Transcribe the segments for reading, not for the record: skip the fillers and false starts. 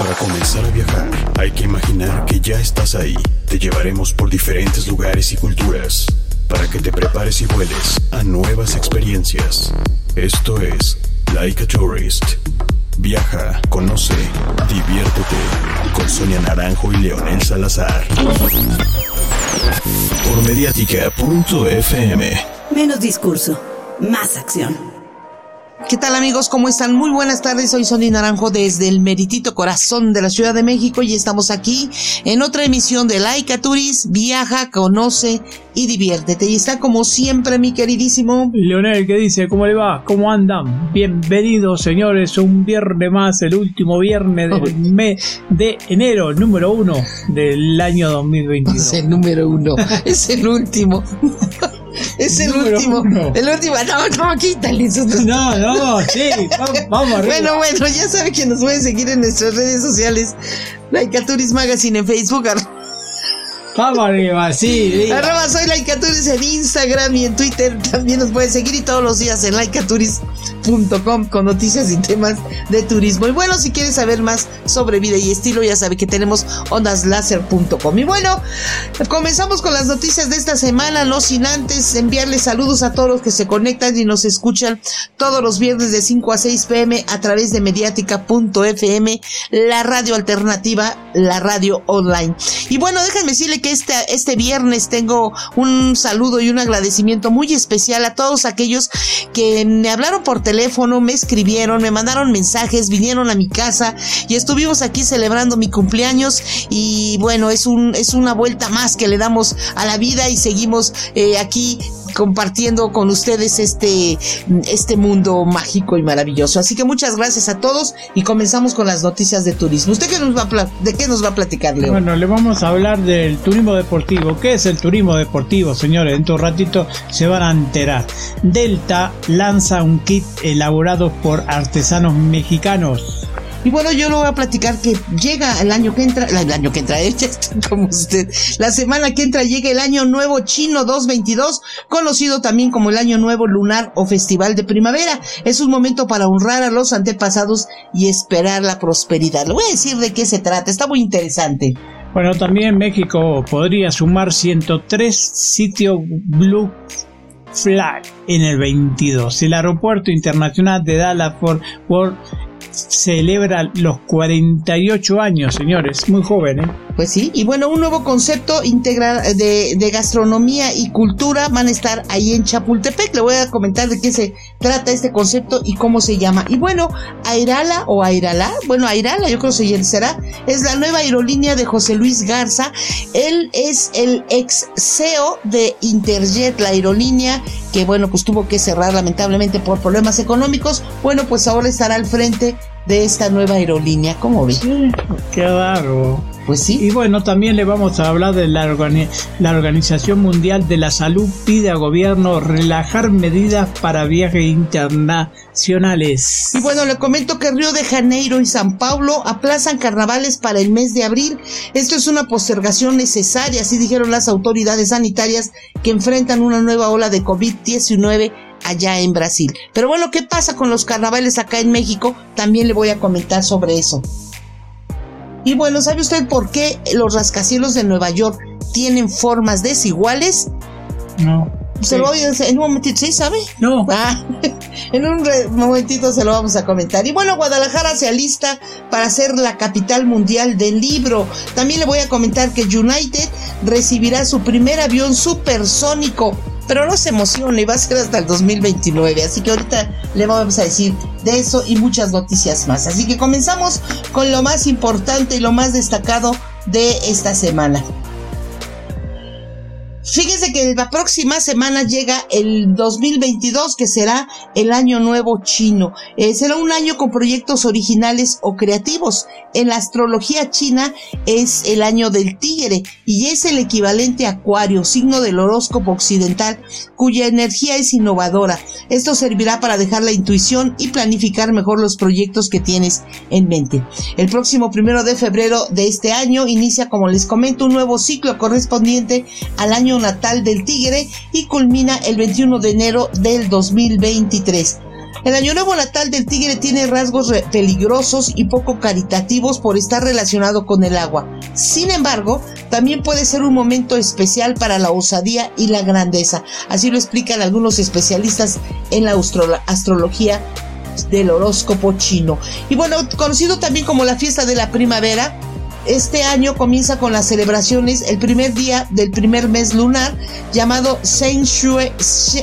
Para comenzar a viajar, hay que imaginar que ya estás ahí. Te llevaremos por diferentes lugares y culturas para que te prepares y vueles a nuevas experiencias. Esto es Like a Tourist. Viaja, conoce, diviértete con Sonia Naranjo y Leonel Salazar. Por Mediática.fm. Menos discurso, más acción. ¿Qué tal, amigos? ¿Cómo están? Muy buenas tardes, soy Sonia Naranjo desde el meritito corazón de la Ciudad de México y estamos aquí en otra emisión de Like a Tourist. Viaja, conoce y diviértete. Y está como siempre mi queridísimo Leonel, ¿qué dice? ¿Cómo le va? ¿Cómo andan? Bienvenidos, señores, un viernes más, el último viernes del mes de enero, número 1 del año 2022. Es el número 1, es el último. Es el último. El último. No, quítale eso. No, sí, vamos arriba. Bueno, ya sabe que nos pueden seguir en nuestras redes sociales. Like a Tourist Magazine en Facebook. Vamos arriba, sí. Soy Like a Tourist en Instagram y en Twitter. También nos pueden seguir y todos los días en likeatourist.com con noticias y temas de turismo. Y bueno, si quieres saber más sobre vida y estilo, ya sabe que tenemos ondaslaser.com. Y bueno, comenzamos con las noticias de esta semana, no sin antes enviarles saludos a todos los que se conectan y nos escuchan todos los viernes de 5 a 6 p.m. a través de Mediática.fm, la radio alternativa, la radio online. Y bueno, déjenme decirle que este viernes tengo un saludo y un agradecimiento muy especial a todos aquellos que me hablaron por teléfono, me escribieron, me mandaron mensajes, vinieron a mi casa y estuvimos aquí celebrando mi cumpleaños. Y bueno, es una vuelta más que le damos a la vida y seguimos aquí compartiendo con ustedes este mundo mágico y maravilloso. Así que muchas gracias a todos y comenzamos con las noticias de turismo. ¿Usted de qué nos va a platicar, Leo? Bueno, le vamos a hablar del turismo deportivo. ¿Qué es el turismo deportivo, señores? En un ratito se van a enterar. Delta lanza un kit elaborado por artesanos mexicanos. Y bueno, yo lo voy a platicar que llega el año que entra, como usted, la semana que entra llega el Año Nuevo Chino 2022, conocido también como el Año Nuevo Lunar o Festival de Primavera. Es un momento para honrar a los antepasados y esperar la prosperidad. Le voy a decir de qué se trata, está muy interesante. Bueno, también México podría sumar 103 sitios Blue Flag en el 22. El Aeropuerto Internacional de Dallas-Fort Worth celebra los 48 años, señores, muy joven, ¿eh? Pues sí, y bueno, un nuevo concepto integral de gastronomía y cultura van a estar ahí en Chapultepec. Le voy a comentar de qué se trata este concepto y cómo se llama. Y bueno, Airala yo creo que será, es la nueva aerolínea de José Luis Garza. Él es el ex CEO de Interjet, la aerolínea que bueno, pues tuvo que cerrar lamentablemente por problemas económicos. Bueno, pues ahora estará al frente de esta nueva aerolínea. ¿Cómo ve? Sí, qué raro. Pues sí. Y bueno, también le vamos a hablar de la Organización Mundial de la Salud pide a gobierno relajar medidas para viajes internacionales. Y bueno, le comento que Río de Janeiro y San Paulo aplazan carnavales para el mes de abril. Esto es una postergación necesaria, así dijeron las autoridades sanitarias que enfrentan una nueva ola de COVID-19 allá en Brasil. Pero bueno, ¿qué pasa con los carnavales acá en México? También le voy a comentar sobre eso. Y bueno, ¿sabe usted por qué los rascacielos de Nueva York tienen formas desiguales? No. Se lo voy a decir en un momentito, ¿sí sabe? No. En un momentito se lo vamos a comentar. Y bueno, Guadalajara se alista para ser la capital mundial del libro. También le voy a comentar que United recibirá su primer avión supersónico. Pero no se emocione, va a ser hasta el 2029. Así que ahorita le vamos a decir de eso y muchas noticias más. Así que comenzamos con lo más importante y lo más destacado de esta semana. Fíjese que la próxima semana llega el 2022, que será el Año Nuevo Chino. Será un año con proyectos originales o creativos. En la astrología china es el año del tigre y es el equivalente a Acuario, signo del horóscopo occidental, cuya energía es innovadora. Esto servirá para dejar la intuición y planificar mejor los proyectos que tienes en mente. El próximo 1 de febrero de este año inicia, como les comento, un nuevo ciclo correspondiente al año natal del tigre y culmina el 21 de enero del 2023. El año nuevo natal del tigre tiene rasgos peligrosos y poco caritativos por estar relacionado con el agua. Sin embargo, también puede ser un momento especial para la osadía y la grandeza. Así lo explican algunos especialistas en la astrología del horóscopo chino. Y bueno, conocido también como la fiesta de la primavera, este año comienza con las celebraciones el primer día del primer mes lunar, llamado Sheng Xue,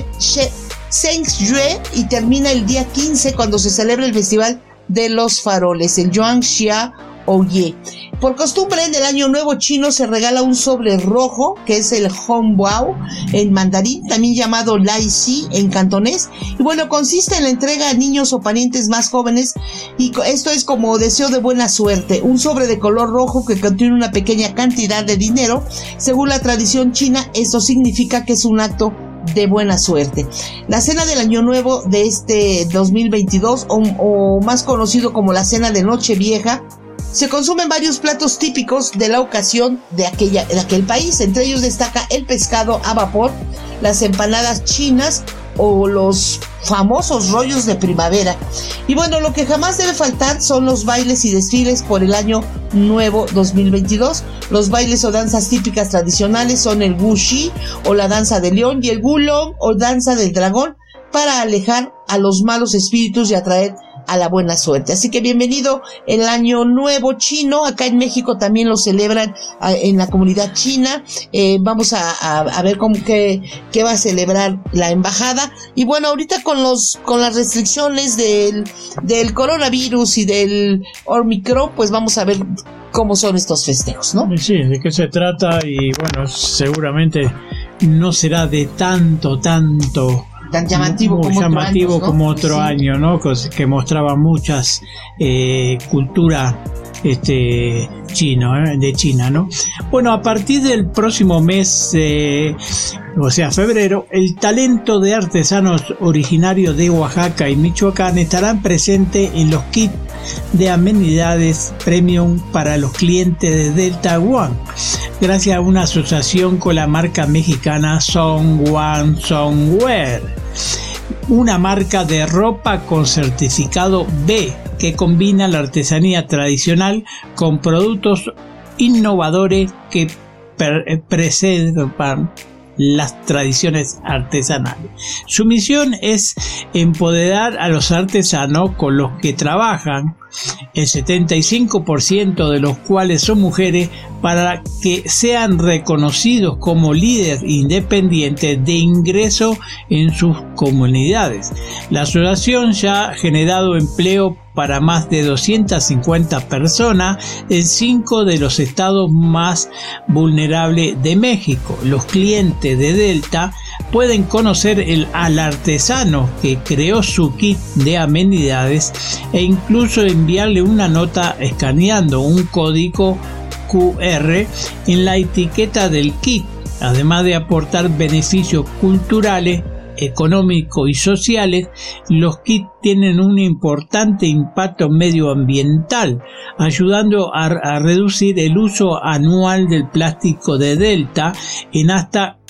y termina el día 15 cuando se celebra el festival de los faroles, el Yuan Xia Oye. Por costumbre, en el año nuevo chino se regala un sobre rojo, que es el Hongbao en mandarín, también llamado Lai Xi en cantonés, y bueno, consiste en la entrega a niños o parientes más jóvenes, y esto es como deseo de buena suerte, un sobre de color rojo que contiene una pequeña cantidad de dinero. Según la tradición china, esto significa que es un acto de buena suerte. La cena del año nuevo de este 2022, o más conocido como la cena de Nochevieja, se consumen varios platos típicos de la ocasión de aquel país. Entre ellos destaca el pescado a vapor, las empanadas chinas o los famosos rollos de primavera. Y bueno, lo que jamás debe faltar son los bailes y desfiles por el año nuevo 2022. Los bailes o danzas típicas tradicionales son el Wuxi o la danza del león y el Gulong o danza del dragón, para alejar a los malos espíritus y atraer a la buena suerte. Así que bienvenido el año nuevo chino. Acá en México también lo celebran en la comunidad china. Vamos a ver qué va a celebrar la embajada. Y bueno, ahorita con las restricciones del coronavirus y del Omicron, pues vamos a ver cómo son estos festejos, ¿no? Sí, de qué se trata. Y bueno, seguramente no será de tanto tan llamativo como otro año, ¿no? Que mostraba muchas cultura de China, ¿no? Bueno, a partir del próximo mes, o sea, febrero, el talento de artesanos originarios de Oaxaca y Michoacán estarán presentes en los kits de amenidades premium para los clientes de Delta One, gracias a una asociación con la marca mexicana Songwan Songwear, una marca de ropa con certificado B que combina la artesanía tradicional con productos innovadores que preservan las tradiciones artesanales. Su misión es empoderar a los artesanos con los que trabajan, el 75% de los cuales son mujeres, para que sean reconocidos como líderes independientes de ingreso en sus comunidades. La asociación ya ha generado empleo para más de 250 personas en 5 de los estados más vulnerables de México. Los clientes de Delta pueden conocer al artesano que creó su kit de amenidades e incluso enviarle una nota escaneando un código QR en la etiqueta del kit, además de aportar beneficios culturales, económicos y sociales. Los kits tienen un importante impacto medioambiental, ayudando a reducir el uso anual del plástico de Delta en hasta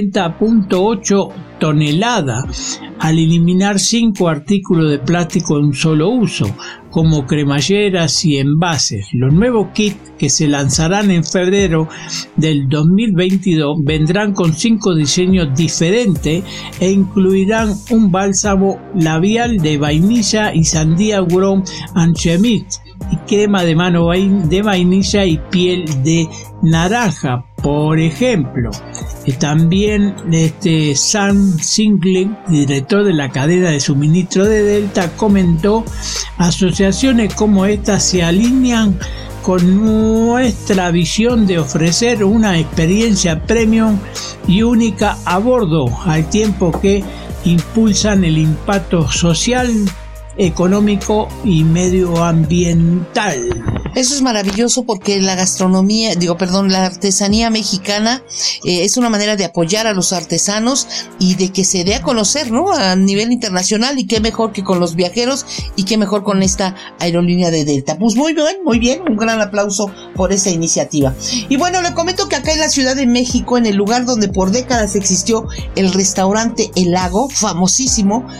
40.8 toneladas, al eliminar 5 artículos de plástico en un solo uso, como cremalleras y envases. Los nuevos kits que se lanzarán en febrero del 2022 vendrán con 5 diseños diferentes e incluirán un bálsamo labial de vainilla y sandía Grom Anchemit, y crema de mano de vainilla y piel de naranja, por ejemplo. También Sam Singling, director de la cadena de suministro de Delta, comentó: asociaciones como esta se alinean con nuestra visión de ofrecer una experiencia premium y única a bordo, al tiempo que impulsan el impacto social, económico y medioambiental. Eso es maravilloso, porque la la artesanía mexicana es una manera de apoyar a los artesanos y de que se dé a conocer, ¿no?, a nivel internacional. Y qué mejor que con los viajeros, y qué mejor con esta aerolínea de Delta. Pues muy bien, un gran aplauso por esa iniciativa. Y bueno, le comento que acá en la Ciudad de México, en el lugar donde por décadas existió el restaurante El Lago, famosísimo,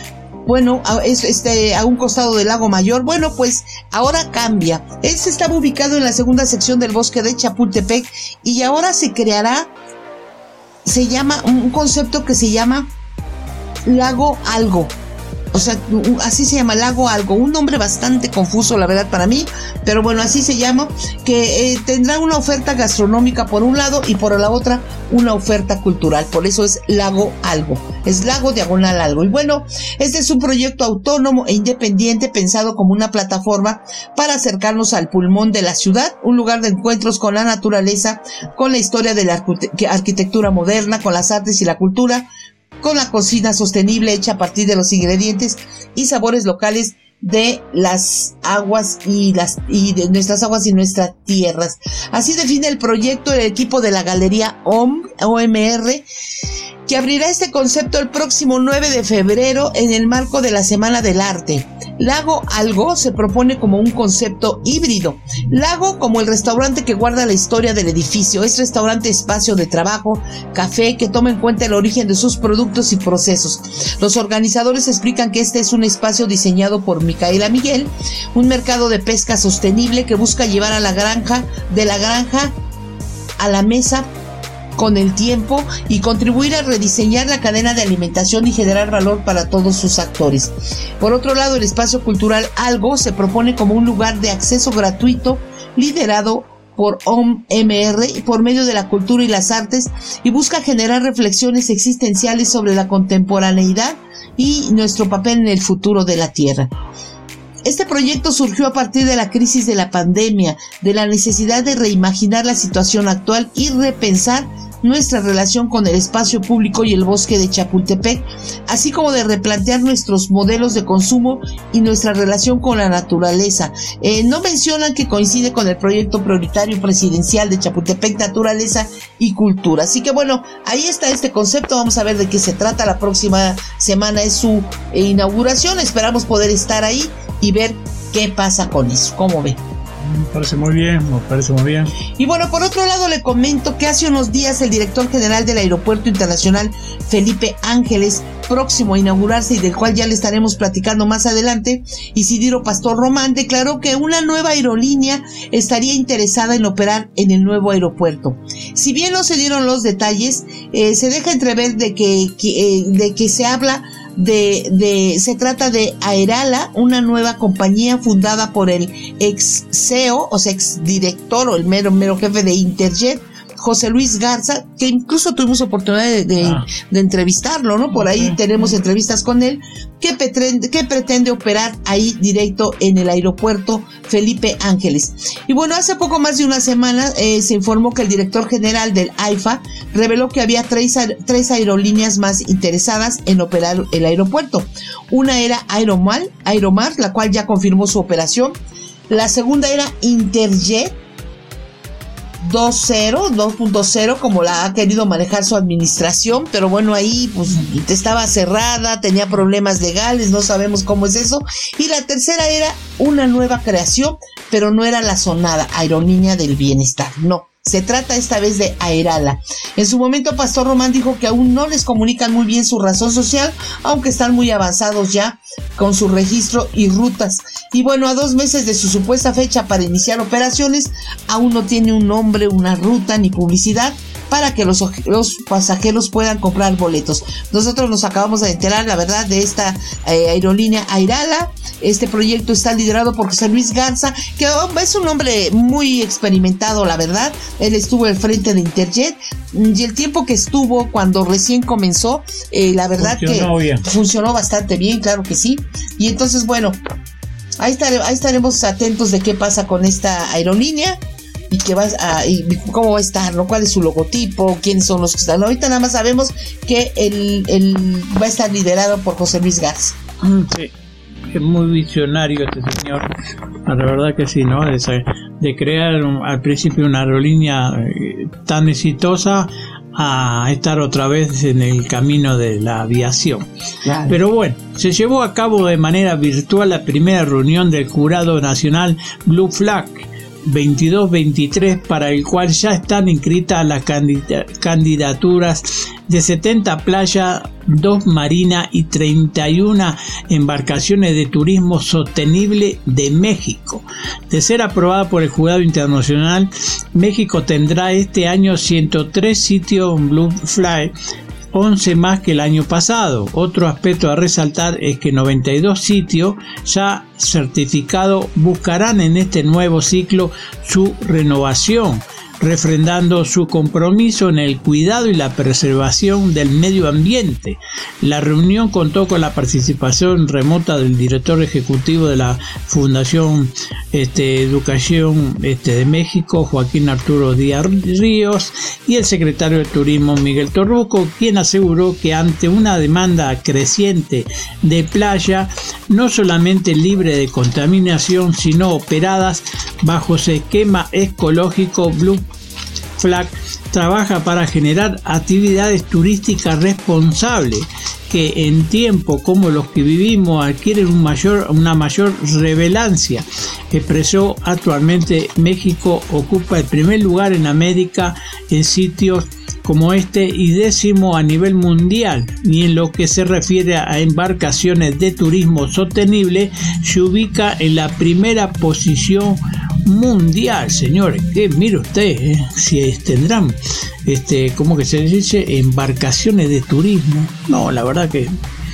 bueno, a un costado del Lago Mayor. Bueno, pues ahora cambia. Estaba ubicado en la segunda sección del bosque de Chapultepec y ahora se creará, se llama un concepto que se llama Lago Algo. O sea, así se llama, Lago Algo, un nombre bastante confuso, la verdad, para mí, pero bueno, así se llama, que tendrá una oferta gastronómica por un lado y por la otra una oferta cultural, por eso es Lago Algo, es Lago diagonal Algo. Y bueno, este es un proyecto autónomo e independiente pensado como una plataforma para acercarnos al pulmón de la ciudad, un lugar de encuentros con la naturaleza, con la historia de la arquitectura moderna, con las artes y la cultura, con la cocina sostenible hecha a partir de los ingredientes y sabores locales de las aguas y de nuestras aguas y nuestras tierras. Así define el proyecto el equipo de la Galería OMR, que abrirá este concepto el próximo 9 de febrero en el marco de la Semana del Arte. Lago Algo se propone como un concepto híbrido. Lago como el restaurante que guarda la historia del edificio. Es restaurante espacio de trabajo, café que toma en cuenta el origen de sus productos y procesos. Los organizadores explican que este es un espacio diseñado por Micaela Miguel, un mercado de pesca sostenible que busca llevar a la granja a la mesa con el tiempo y contribuir a rediseñar la cadena de alimentación y generar valor para todos sus actores. Por otro lado, el espacio cultural Algo se propone como un lugar de acceso gratuito liderado por OMR por medio de la cultura y las artes y busca generar reflexiones existenciales sobre la contemporaneidad y nuestro papel en el futuro de la Tierra. Este proyecto surgió a partir de la crisis de la pandemia, de la necesidad de reimaginar la situación actual y repensar nuestra relación con el espacio público y el bosque de Chapultepec, así como de replantear nuestros modelos de consumo y nuestra relación con la naturaleza. No mencionan que coincide con el proyecto prioritario presidencial de Chapultepec, Naturaleza y Cultura. Así que bueno, ahí está este concepto, vamos a ver de qué se trata. La próxima semana es su inauguración, esperamos poder estar ahí y ver qué pasa con eso. ¿Cómo ve? Me parece muy bien. Y bueno, por otro lado le comento que hace unos días el director general del Aeropuerto Internacional Felipe Ángeles, próximo a inaugurarse y del cual ya le estaremos platicando más adelante, Isidro Pastor Román, declaró que una nueva aerolínea estaría interesada en operar en el nuevo aeropuerto. Si bien no se dieron los detalles, se deja entrever de que se habla se trata de Aerala, una nueva compañía fundada por el ex CEO, o sea, ex director o el mero jefe de Interjet, José Luis Garza, que incluso tuvimos oportunidad de entrevistarlo, ¿no? Por ahí tenemos entrevistas con él, que pretende operar ahí directo en el aeropuerto Felipe Ángeles. Y bueno, hace poco más de una semana se informó que el director general del AIFA reveló que había tres aerolíneas más interesadas en operar el aeropuerto. Una era Aeromar, la cual ya confirmó su operación. La segunda era Interjet 2.0, como la ha querido manejar su administración, pero bueno, ahí pues estaba cerrada, tenía problemas legales, no sabemos cómo es eso. Y la tercera era una nueva creación, pero no era la sonada Aerolínea del Bienestar, no. Se trata esta vez de Aerala. En su momento, Pastor Román dijo que aún no les comunican muy bien su razón social, aunque están muy avanzados ya con su registro y rutas. Y bueno, a 2 meses de su supuesta fecha para iniciar operaciones, aún no tiene un nombre, una ruta ni publicidad para que los pasajeros puedan comprar boletos. Nosotros nos acabamos de enterar, la verdad, de esta aerolínea Aerala. Este proyecto está liderado por José Luis Garza, que es un hombre muy experimentado, la verdad. Él estuvo al frente de Interjet y el tiempo que estuvo cuando recién comenzó, la verdad funcionó bastante bien, claro que sí. Y entonces, bueno, ahí estaremos atentos de qué pasa con esta aerolínea y cómo va a estar, ¿no? Cuál es su logotipo, quiénes son los que están. Ahorita nada más sabemos que va a estar liderado por José Luis Garza. Sí. Es muy visionario este señor, la verdad que sí, ¿no? De crear al principio una aerolínea tan exitosa a estar otra vez en el camino de la aviación. Claro. Pero bueno, se llevó a cabo de manera virtual la primera reunión del Jurado Nacional Blue Flag 22-23, para el cual ya están inscritas las candidaturas de 70 playas, 2 marinas y 31 embarcaciones de turismo sostenible de México. De ser aprobada por el Jurado Internacional, México tendrá este año 103 sitios Blue Flag, 11 más que el año pasado. Otro aspecto a resaltar es que 92 sitios ya certificados buscarán en este nuevo ciclo su renovación, refrendando su compromiso en el cuidado y la preservación del medio ambiente. La reunión contó con la participación remota del director ejecutivo de la Fundación Educación de México, Joaquín Arturo Díaz Ríos, y el secretario de Turismo, Miguel Torruco, quien aseguró que ante una demanda creciente de playa, no solamente libre de contaminación, sino operadas bajo ese esquema ecológico, Blue Flag trabaja para generar actividades turísticas responsables que en tiempos como los que vivimos adquieren una mayor relevancia. Expresó: actualmente México ocupa el primer lugar en América en sitios como este y 10º a nivel mundial, y en lo que se refiere a embarcaciones de turismo sostenible se ubica en la primera posición mundial, señores. Que mire usted, si tendrán ¿cómo que se dice? Embarcaciones de turismo. No, la verdad que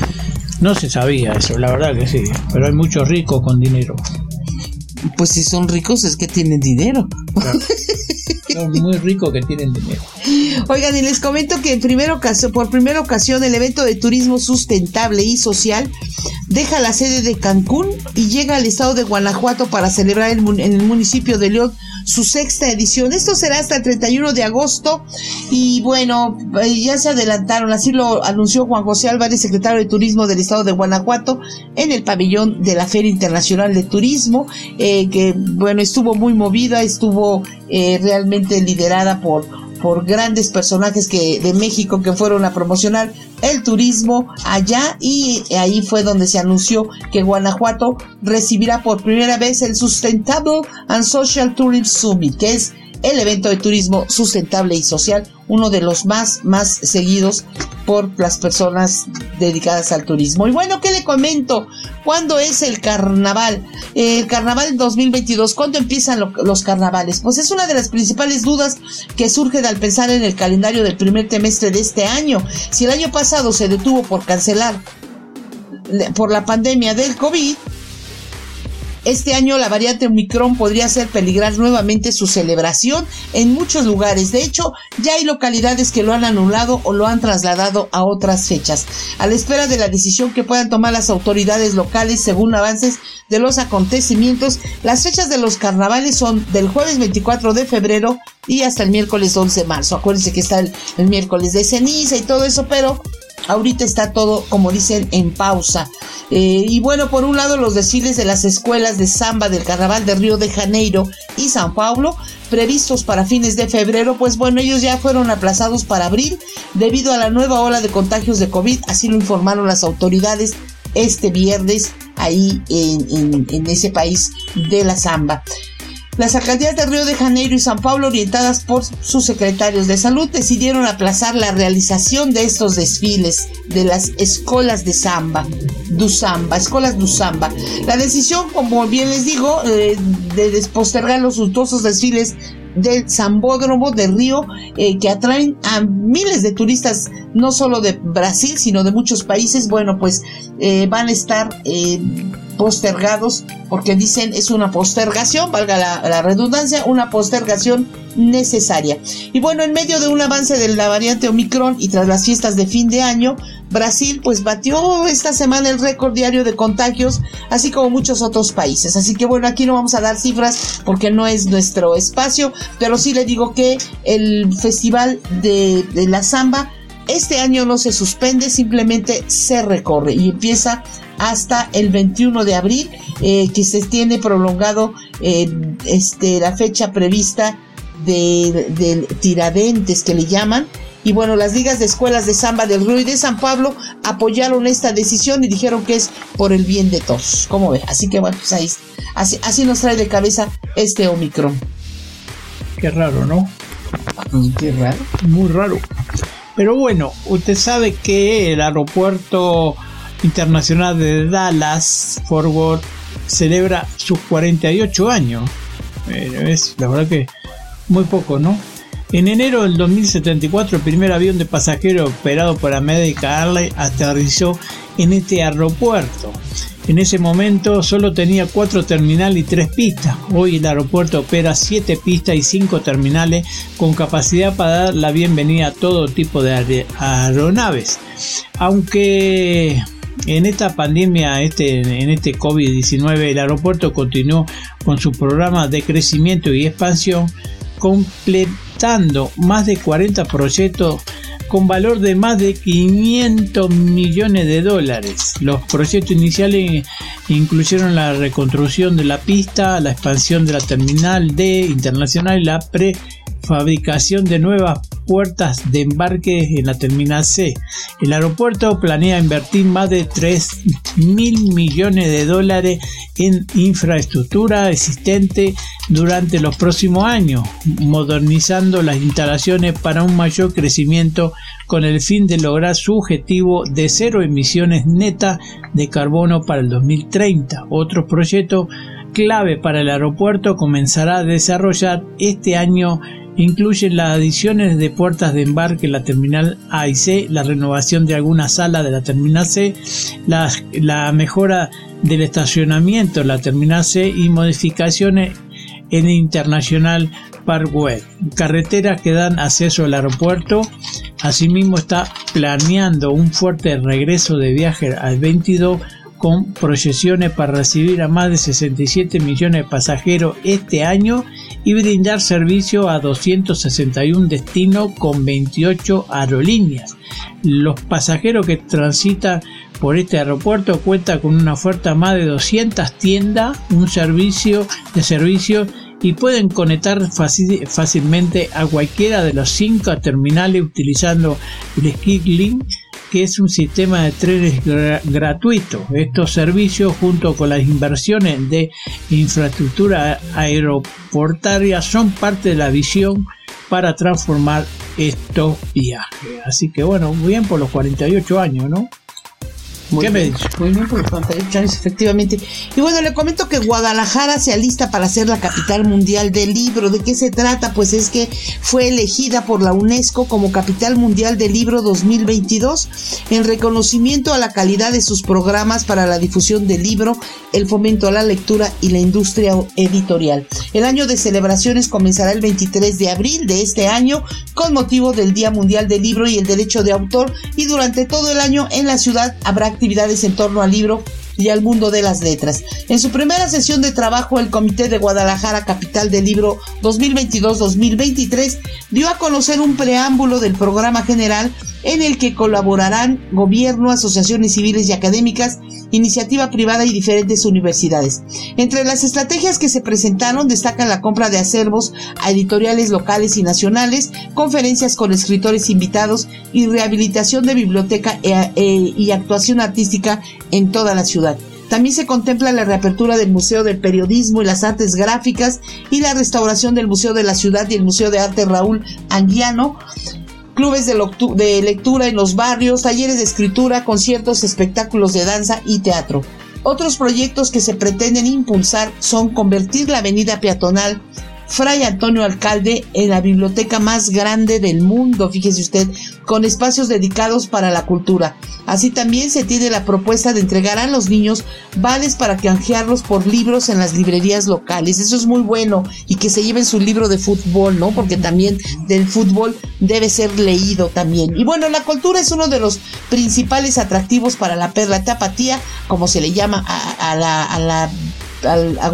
no se sabía eso, la verdad que sí, pero hay muchos ricos con dinero. Pues si son ricos es que tienen dinero. Claro. Son muy ricos que tienen dinero. Oigan, y les comento que por primera ocasión el evento de turismo sustentable y social deja la sede de Cancún y llega al estado de Guanajuato para celebrar en el municipio de León su 6ª edición. Esto será hasta el 31 de agosto y bueno, ya se adelantaron, así lo anunció Juan José Álvarez, secretario de Turismo del estado de Guanajuato, en el pabellón de la Feria Internacional de Turismo, que bueno, estuvo muy movida, estuvo realmente liderada por grandes personajes de México que fueron a promocionar el turismo allá, y ahí fue donde se anunció que Guanajuato recibirá por primera vez el Sustainable and Social Tourism Summit, que es el evento de turismo sustentable y social, uno de los más seguidos por las personas dedicadas al turismo. Y bueno, ¿qué le comento? ¿Cuándo es el carnaval? El carnaval 2022, ¿cuándo empiezan los carnavales? Pues es una de las principales dudas que surgen al pensar en el calendario del primer trimestre de este año. Si el año pasado se detuvo por cancelar por la pandemia del COVID, este año la variante Omicron podría hacer peligrar nuevamente su celebración en muchos lugares. De hecho, ya hay localidades que lo han anulado o lo han trasladado a otras fechas, a la espera de la decisión que puedan tomar las autoridades locales según avances de los acontecimientos. Las fechas de los carnavales son del jueves 24 de febrero y hasta el miércoles 11 de marzo. Acuérdense que está el miércoles de ceniza y todo eso, pero ahorita está todo, como dicen, en pausa. Y bueno, por un lado, los desfiles de las escuelas de samba del Carnaval de Río de Janeiro y San Paulo, previstos para fines de febrero, pues bueno, ellos ya fueron aplazados para abril debido a la nueva ola de contagios de COVID, así lo informaron las autoridades este viernes ahí en ese país de la samba. Las alcaldías de Río de Janeiro y San Paulo, orientadas por sus secretarios de salud, decidieron aplazar la realización de estos desfiles de las escolas de samba, escolas do samba. La decisión, como bien les digo, de postergar los suntuosos desfiles del Sambódromo de Río, que atraen a miles de turistas, no solo de Brasil, sino de muchos países, bueno, pues van a estar postergados, porque dicen es una postergación, valga la redundancia, una postergación necesaria. Y bueno, en medio de un avance de la variante Omicron y tras las fiestas de fin de año, Brasil pues batió esta semana el récord diario de contagios, así como muchos otros países. Así que bueno, aquí no vamos a dar cifras porque no es nuestro espacio, pero sí le digo que el festival de la samba este año no se suspende, simplemente se recorre y empieza hasta el 21 de abril, que se tiene prolongado la fecha prevista del Tiradentes, que le llaman, Y bueno, las ligas de escuelas de samba del Río y de San Pablo apoyaron esta decisión y dijeron que es por el bien de todos. ¿Cómo ve? Así que bueno, pues ahí, así nos trae de cabeza este Omicron. Qué raro, ¿no? Qué raro. Muy raro. Pero bueno, usted sabe que el aeropuerto internacional de Dallas Fort Worth celebra sus 48 años. Es la verdad que muy poco, ¿no? En enero del 2074, el primer avión de pasajeros operado por American Airlines aterrizó en este aeropuerto. En ese momento solo tenía 4 terminales y 3 pistas. Hoy el aeropuerto opera 7 pistas y 5 terminales con capacidad para dar la bienvenida a todo tipo de aeronaves. Aunque en esta pandemia, en este COVID-19, el aeropuerto continuó con su programa de crecimiento y expansión, completando más de 40 proyectos con valor de más de 500 millones de dólares. Los proyectos iniciales incluyeron la reconstrucción de la pista, la expansión de la terminal D internacional y la prefabricación de nuevas puertas de embarque en la terminal C. El aeropuerto planea invertir más de 3.000 millones de dólares en infraestructura existente durante los próximos años, modernizando las instalaciones para un mayor crecimiento con el fin de lograr su objetivo de 0 emisiones netas de carbono para el 2030. Otro proyecto clave para el aeropuerto comenzará a desarrollar este año. Incluyen las adiciones de puertas de embarque en la terminal A y C, la renovación de algunas salas de la terminal C, la mejora del estacionamiento en la terminal C y modificaciones en el International Parkway, carreteras que dan acceso al aeropuerto. Asimismo está planeando un fuerte regreso de viajes al 22 con proyecciones para recibir a más de 67 millones de pasajeros este año y brindar servicio a 261 destinos con 28 aerolíneas. Los pasajeros que transitan por este aeropuerto cuentan con una oferta más de 200 tiendas, un servicio y pueden conectar fácilmente a cualquiera de los 5 terminales utilizando el Skylink, que es un sistema de trenes gratuito. Estos servicios, junto con las inversiones de infraestructura aeroportuaria, son parte de la visión para transformar estos viajes. Así que bueno, muy bien por los 48 años, ¿no? ¿Qué me dice? Muy bien por los 48 años, efectivamente. Y bueno, le comento que Guadalajara se alista para ser la capital mundial del libro. ¿De qué se trata? Pues es que fue elegida por la UNESCO como capital mundial del libro 2022 en reconocimiento a la calidad de sus programas para la difusión del libro, el fomento a la lectura y la industria editorial. El año de celebraciones comenzará el 23 de abril de este año con motivo del Día Mundial del Libro y el Derecho de Autor, y durante todo el año en la ciudad habrá actividades en torno al libro y al mundo de las letras. En su primera sesión de trabajo, el Comité de Guadalajara, capital del libro 2022-2023, dio a conocer un preámbulo del programa general en el que colaborarán gobierno, asociaciones civiles y académicas, iniciativa privada y diferentes universidades. Entre las estrategias que se presentaron destacan la compra de acervos a editoriales locales y nacionales, conferencias con escritores invitados y rehabilitación de biblioteca y actuación artística en toda la ciudad. También se contempla la reapertura del Museo del Periodismo y las Artes Gráficas y la restauración del Museo de la Ciudad y el Museo de Arte Raúl Anguiano, clubes de lectura en los barrios, talleres de escritura, conciertos, espectáculos de danza y teatro. Otros proyectos que se pretenden impulsar son convertir la avenida peatonal Fray Antonio Alcalde en la biblioteca más grande del mundo, fíjese usted, con espacios dedicados para la cultura. Así también se tiene la propuesta de entregar a los niños vales para canjearlos por libros en las librerías locales. Eso es muy bueno, y que se lleven su libro de fútbol, ¿no? Porque también del fútbol debe ser leído también. Y bueno, la cultura es uno de los principales atractivos para la perla tapatía, como se le llama a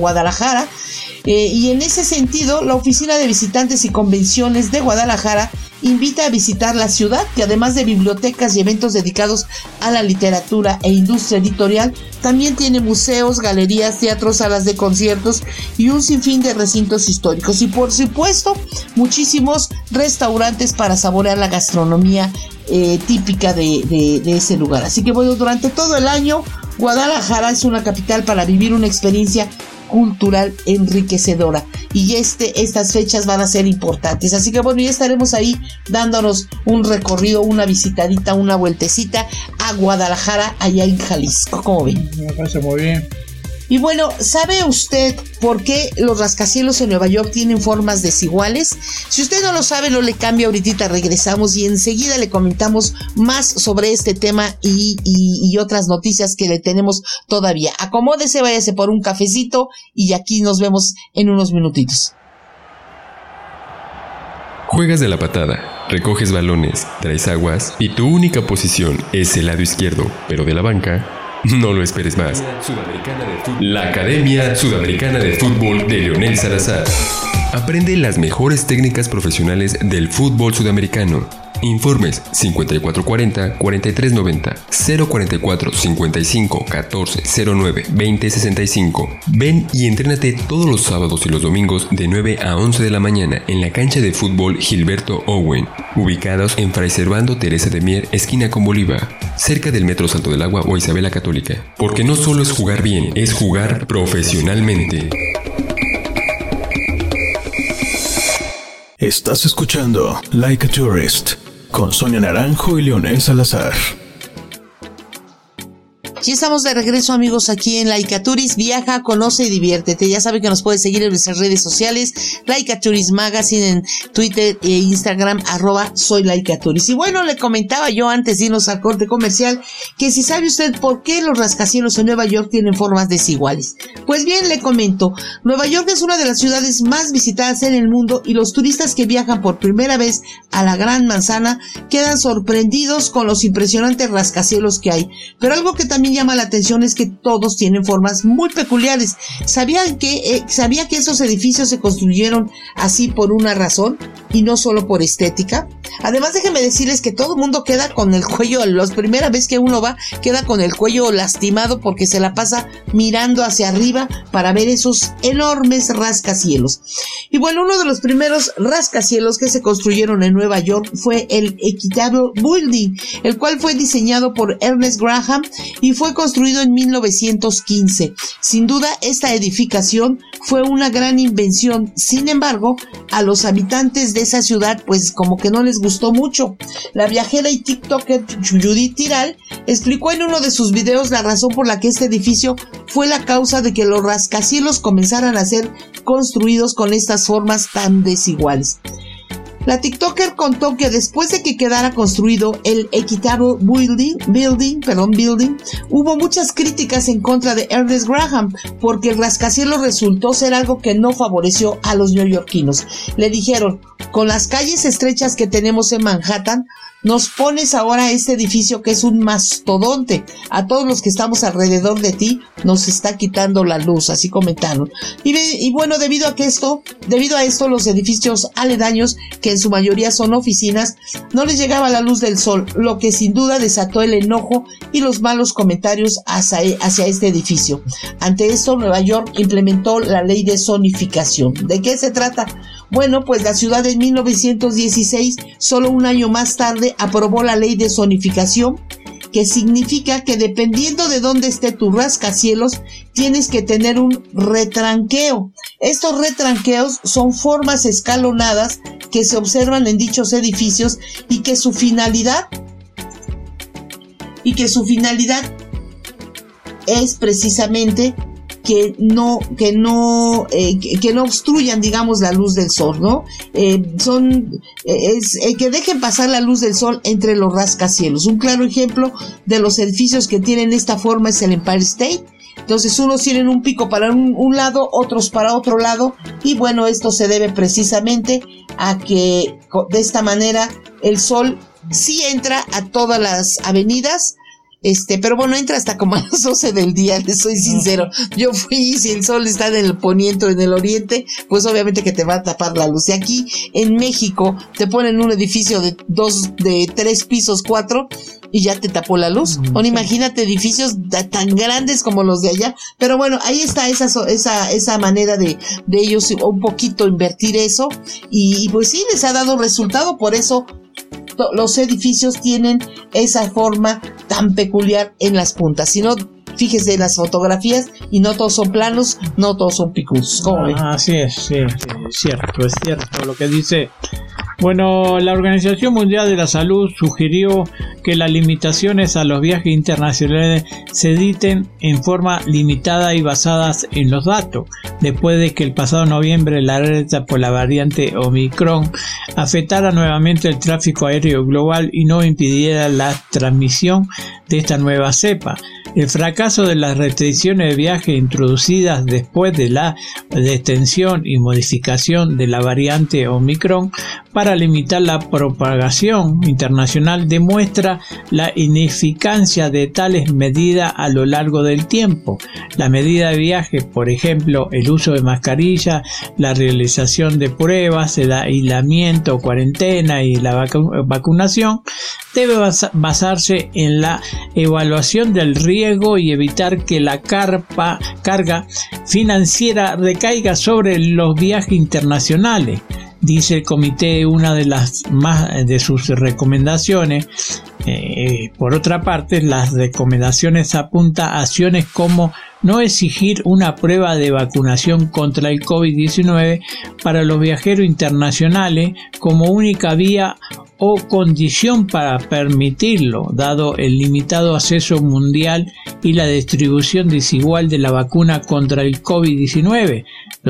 Guadalajara. Y en ese sentido, la Oficina de Visitantes y Convenciones de Guadalajara invita a visitar la ciudad, que además de bibliotecas y eventos dedicados a la literatura e industria editorial, también tiene museos, galerías, teatros, salas de conciertos y un sinfín de recintos históricos. Y por supuesto, muchísimos restaurantes para saborear la gastronomía típica de ese lugar. Así que bueno, durante todo el año, Guadalajara es una capital para vivir una experiencia cultural enriquecedora, y estas fechas van a ser importantes. Así que bueno, ya estaremos ahí dándonos un recorrido, una visitadita, una vueltecita a Guadalajara, allá en Jalisco. ¿Cómo ven? Me parece muy bien. Y bueno, ¿sabe usted por qué los rascacielos en Nueva York tienen formas desiguales? Si usted no lo sabe, no le cambia, ahorita regresamos y enseguida le comentamos más sobre este tema y otras noticias que le tenemos todavía. Acomódese, váyase por un cafecito y aquí nos vemos en unos minutitos. Juegas de la patada, recoges balones, traes aguas y tu única posición es el lado izquierdo, pero de la banca. No lo esperes más. La Academia Sudamericana de Fútbol de Leonel Salazar. Aprende las mejores técnicas profesionales del fútbol sudamericano. Informes 5440-4390, 044-55-1409-2065. Ven y entrénate todos los sábados y los domingos de 9 a 11 de la mañana en la cancha de fútbol Gilberto Owen, ubicados en Fray Servando Teresa de Mier, esquina con Bolívar, cerca del Metro Salto del Agua o Isabela Católica. Porque no solo es jugar bien, es jugar profesionalmente. Estás escuchando Like a Tourist con Sonia Naranjo y Leonel Salazar. Ya estamos de regreso, amigos, aquí en Laika Tourist. Viaja, conoce y diviértete. Ya sabe que nos puede seguir en nuestras redes sociales, Laika Tourist Magazine en Twitter e Instagram, @soy Laika Tourist. Y bueno, le comentaba yo antes de irnos al corte comercial que si sabe usted por qué los rascacielos en Nueva York tienen formas desiguales. Pues bien, le comento. Nueva York es una de las ciudades más visitadas en el mundo y los turistas que viajan por primera vez a la Gran Manzana quedan sorprendidos con los impresionantes rascacielos que hay. Pero algo que también llama la atención es que todos tienen formas muy peculiares. ¿Sabía que esos edificios se construyeron así por una razón y no solo por estética? Además, déjenme decirles que todo el mundo queda con el cuello, la primera vez que uno va, queda con el cuello lastimado porque se la pasa mirando hacia arriba para ver esos enormes rascacielos. Y bueno, uno de los primeros rascacielos que se construyeron en Nueva York fue el Equitable Building, el cual fue diseñado por Ernest Graham y fue construido en 1915. Sin duda, esta edificación fue una gran invención. Sin embargo, a los habitantes de esa ciudad, pues como que no les gustó mucho. La viajera y tiktoker Judith Tiral explicó en uno de sus videos la razón por la que este edificio fue la causa de que los rascacielos comenzaran a ser construidos con estas formas tan desiguales. La tiktoker contó que después de que quedara construido el Equitable Building, hubo muchas críticas en contra de Ernest Graham porque el rascacielos resultó ser algo que no favoreció a los neoyorquinos. Le dijeron, con las calles estrechas que tenemos en Manhattan, nos pones ahora este edificio que es un mastodonte. A todos los que estamos alrededor de ti nos está quitando la luz, así comentaron. Y bueno, debido a esto, los edificios aledaños, que en su mayoría son oficinas, no les llegaba la luz del sol, lo que sin duda desató el enojo y los malos comentarios hacia este edificio. Ante esto, Nueva York implementó la ley de zonificación. ¿De qué se trata? Bueno, pues la ciudad en 1916, solo un año más tarde, aprobó la ley de zonificación, que significa que dependiendo de dónde esté tu rascacielos, tienes que tener un retranqueo. Estos retranqueos son formas escalonadas que se observan en dichos edificios y que su finalidad es precisamente que no obstruyan, digamos, la luz del sol, ¿no? Que dejen pasar la luz del sol entre los rascacielos. Un claro ejemplo de los edificios que tienen esta forma es el Empire State. Entonces, unos tienen un pico para un lado, otros para otro lado, y bueno, esto se debe precisamente a que de esta manera el sol sí entra a todas las avenidas Pero bueno, entra hasta como a las 12 del día, les soy sincero. Yo fui, si el sol está en el poniente o en el oriente, pues obviamente que te va a tapar la luz. Y aquí en México te ponen un edificio de 3 pisos, 4, y ya te tapó la luz. Bueno, imagínate edificios tan grandes como los de allá. Pero bueno, ahí está esa manera de ellos un poquito invertir eso. Y pues sí, les ha dado resultado, por eso los edificios tienen esa forma tan peculiar en las puntas. Si no, fíjese en las fotografías y no todos son planos, no todos son picudos. ¿Cómo ven? Así es, sí, es cierto lo que dice. Bueno, la Organización Mundial de la Salud sugirió que las limitaciones a los viajes internacionales se dicten en forma limitada y basadas en los datos, después de que el pasado noviembre la alerta por la variante Omicron afectara nuevamente el tráfico aéreo global y no impidiera la transmisión de esta nueva cepa. El fracaso de las restricciones de viaje introducidas después de la extensión y modificación de la variante Omicron para limitar la propagación internacional demuestra la ineficacia de tales medidas a lo largo del tiempo. La medida de viaje, por ejemplo, el uso de mascarilla, la realización de pruebas, el aislamiento, cuarentena y la vacunación, debe basarse en la evaluación del riesgo y evitar que la carga financiera recaiga sobre los viajes internacionales. Dice el comité, una de las más de sus recomendaciones. Por otra parte, las recomendaciones apuntan a acciones como no exigir una prueba de vacunación contra el COVID-19 para los viajeros internacionales como única vía o condición para permitirlo, dado el limitado acceso mundial y la distribución desigual de la vacuna contra el COVID-19.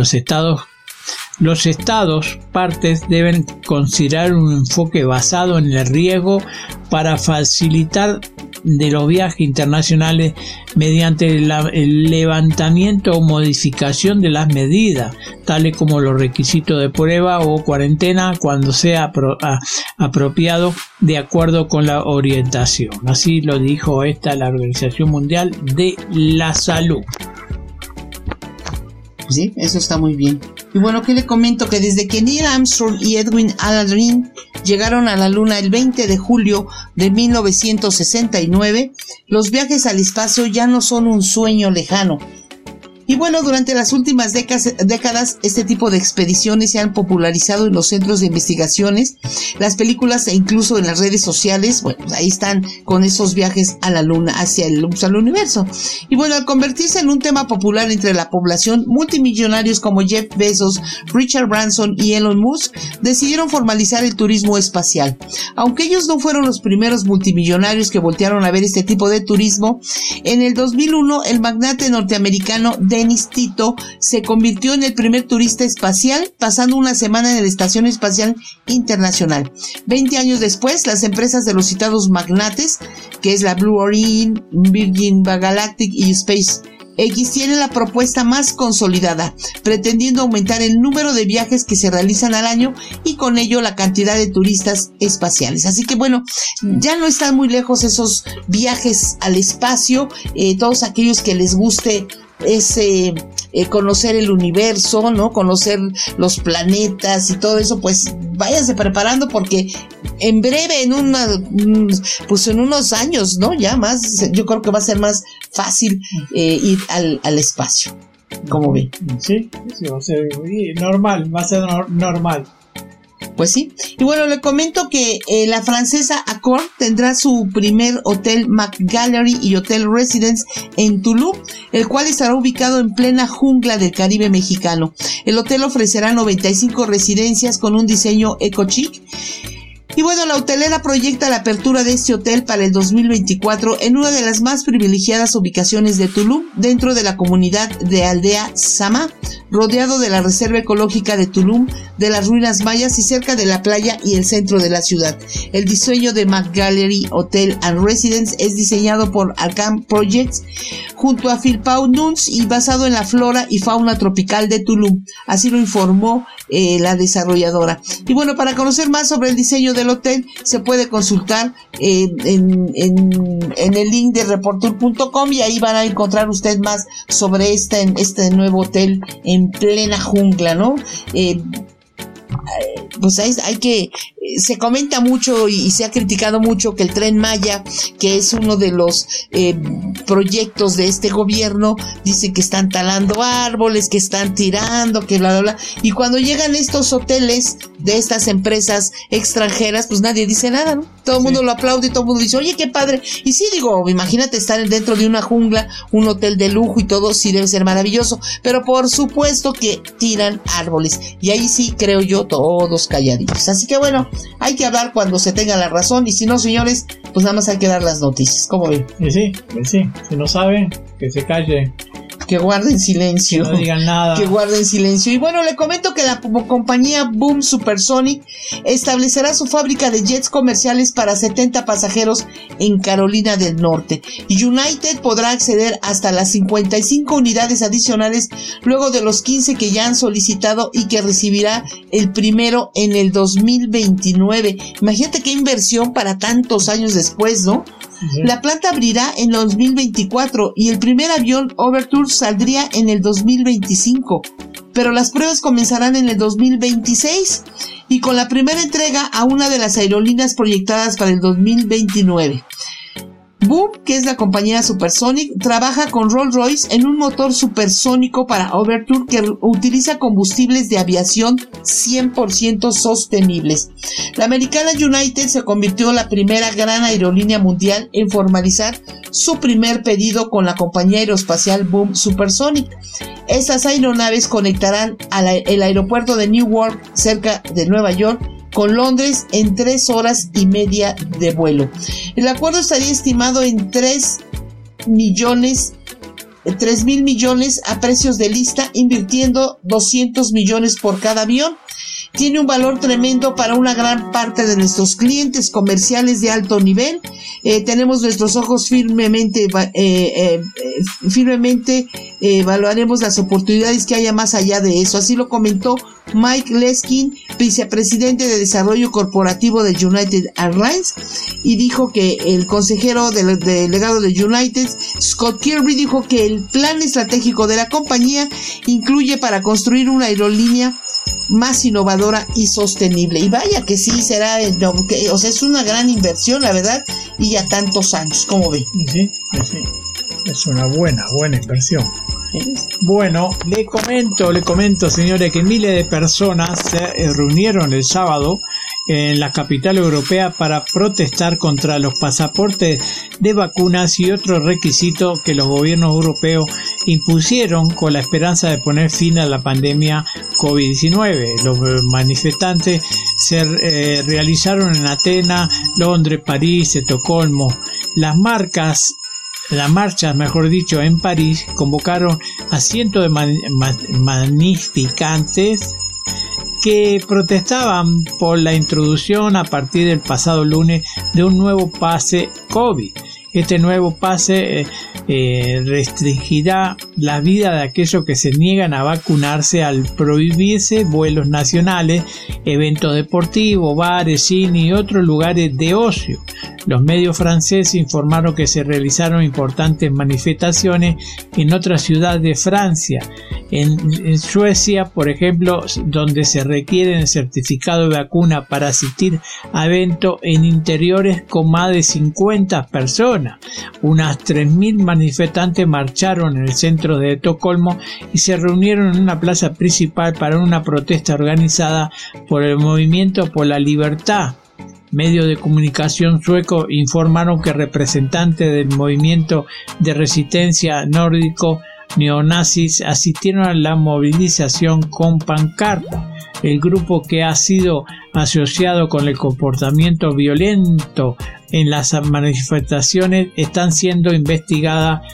Los estados partes deben considerar un enfoque basado en el riesgo para facilitar de los viajes internacionales mediante el levantamiento o modificación de las medidas, tales como los requisitos de prueba o cuarentena cuando sea apropiado de acuerdo con la orientación. Así lo dijo la Organización Mundial de la Salud. Sí, eso está muy bien. Y bueno, ¿qué le comento? Que desde que Neil Armstrong y Edwin Aldrin llegaron a la Luna el 20 de julio de 1969, los viajes al espacio ya no son un sueño lejano. Y bueno, durante las últimas décadas, este tipo de expediciones se han popularizado en los centros de investigaciones, las películas e incluso en las redes sociales. Bueno, ahí están con esos viajes a la Luna, hacia el universo. Y bueno, al convertirse en un tema popular entre la población, multimillonarios como Jeff Bezos, Richard Branson y Elon Musk decidieron formalizar el turismo espacial. Aunque ellos no fueron los primeros multimillonarios que voltearon a ver este tipo de turismo, en el 2001 el magnate norteamericano Dennis Tito se convirtió en el primer turista espacial, pasando una semana en la Estación Espacial Internacional. 20 años después, las empresas de los citados magnates, que es la Blue Origin, Virgin Galactic y SpaceX, tienen la propuesta más consolidada, pretendiendo aumentar el número de viajes que se realizan al año y con ello la cantidad de turistas espaciales. Así que bueno, ya no están muy lejos esos viajes al espacio. Todos aquellos que les guste conocer el universo, ¿no? Conocer los planetas y todo eso, pues váyanse preparando porque en breve, en unos años, ¿no? Ya más, yo creo que va a ser más fácil ir al espacio. ¿Cómo ven? Sí, va a ser normal, va a ser normal. Pues sí. Y bueno, le comento que la francesa Accor tendrá su primer hotel McGallery y Hotel Residence en Tulum, el cual estará ubicado en plena jungla del Caribe mexicano. El hotel ofrecerá 95 residencias con un diseño eco-chic. Y bueno, la hotelera proyecta la apertura de este hotel para el 2024 en una de las más privilegiadas ubicaciones de Tulum, dentro de la comunidad de Aldea Sama, rodeado de la Reserva Ecológica de Tulum, de las ruinas mayas y cerca de la playa y el centro de la ciudad. El diseño de McGallery Hotel and Residence es diseñado por Arkham Projects junto a Philpau Nuns y basado en la flora y fauna tropical de Tulum. Así lo informó la desarrolladora. Y bueno, para conocer más sobre el diseño del hotel se puede consultar en el link de reportour.com y ahí van a encontrar usted más sobre este nuevo hotel en plena jungla, ¿no? Pues hay que, se comenta mucho y se ha criticado mucho que el Tren Maya, que es uno de los proyectos de este gobierno, dice que están talando árboles, que están tirando, que bla bla bla, y cuando llegan estos hoteles de estas empresas extranjeras, pues nadie dice nada, ¿no? Todo el mundo lo aplaude y todo el mundo dice, oye, qué padre. Y sí, digo, imagínate estar dentro de una jungla, un hotel de lujo y todo, sí debe ser maravilloso, pero por supuesto que tiran árboles, y ahí sí creo yo todos calladitos. Así que bueno, hay que hablar cuando se tenga la razón, y si no, señores, pues nada más hay que dar las noticias. ¿Cómo ven? Sí, si no sabe, que se calle. Que guarden silencio. Que no digan nada. Que guarden silencio. Y bueno, le comento que la compañía Boom Supersonic establecerá su fábrica de jets comerciales para 70 pasajeros en Carolina del Norte. Y United podrá acceder hasta las 55 unidades adicionales luego de los 15 que ya han solicitado y que recibirá el primero en el 2029. Imagínate qué inversión para tantos años después, ¿no? Sí. La planta abrirá en 2024 y el primer avión Overture saldría en el 2025, pero las pruebas comenzarán en el 2026 y con la primera entrega a una de las aerolíneas proyectadas para el 2029. Boom, que es la compañía Supersonic, trabaja con Rolls-Royce en un motor supersónico para Overture que utiliza combustibles de aviación 100% sostenibles. La americana United se convirtió en la primera gran aerolínea mundial en formalizar su primer pedido con la compañía aeroespacial Boom Supersonic. Estas aeronaves conectarán el aeropuerto de Newark, cerca de Nueva York, con Londres en 3 horas y media de vuelo. El acuerdo estaría estimado en 3,000 millones a precios de lista, invirtiendo 200 millones por cada avión. Tiene un valor tremendo para una gran parte de nuestros clientes comerciales de alto nivel. Tenemos nuestros ojos firmemente evaluaremos las oportunidades que haya más allá de eso. Así lo comentó Mike Leskin, vicepresidente de desarrollo corporativo de United Airlines, y dijo que el consejero delegado de United, Scott Kirby, dijo que el plan estratégico de la compañía incluye para construir una aerolínea más innovadora y sostenible. Y vaya que sí será, o sea, es una gran inversión, la verdad, y a tantos años, ¿cómo ve? Sí, es una buena inversión. Bueno, le comento, señores, que miles de personas se reunieron el sábado en la capital europea para protestar contra los pasaportes de vacunas y otros requisitos que los gobiernos europeos impusieron con la esperanza de poner fin a la pandemia COVID-19. Los manifestantes se realizaron en Atenas, Londres, París, Estocolmo. Las marchas, en París, convocaron a cientos de manifestantes que protestaban por la introducción a partir del pasado lunes de un nuevo pase COVID. Este nuevo pase restringirá la vida de aquellos que se niegan a vacunarse al prohibirse vuelos nacionales, eventos deportivos, bares, cine y otros lugares de ocio. Los medios franceses informaron que se realizaron importantes manifestaciones en otras ciudades de Francia. En Suecia, por ejemplo, donde se requiere el certificado de vacuna para asistir a eventos en interiores con más de 50 personas. Unas 3.000 manifestantes marcharon en el centro de Estocolmo y se reunieron en una plaza principal para una protesta organizada por el Movimiento por la Libertad. Medios de comunicación suecos informaron que representantes del movimiento de resistencia nórdico neonazis asistieron a la movilización con pancartas. El grupo, que ha sido asociado con el comportamiento violento en las manifestaciones, están siendo investigadas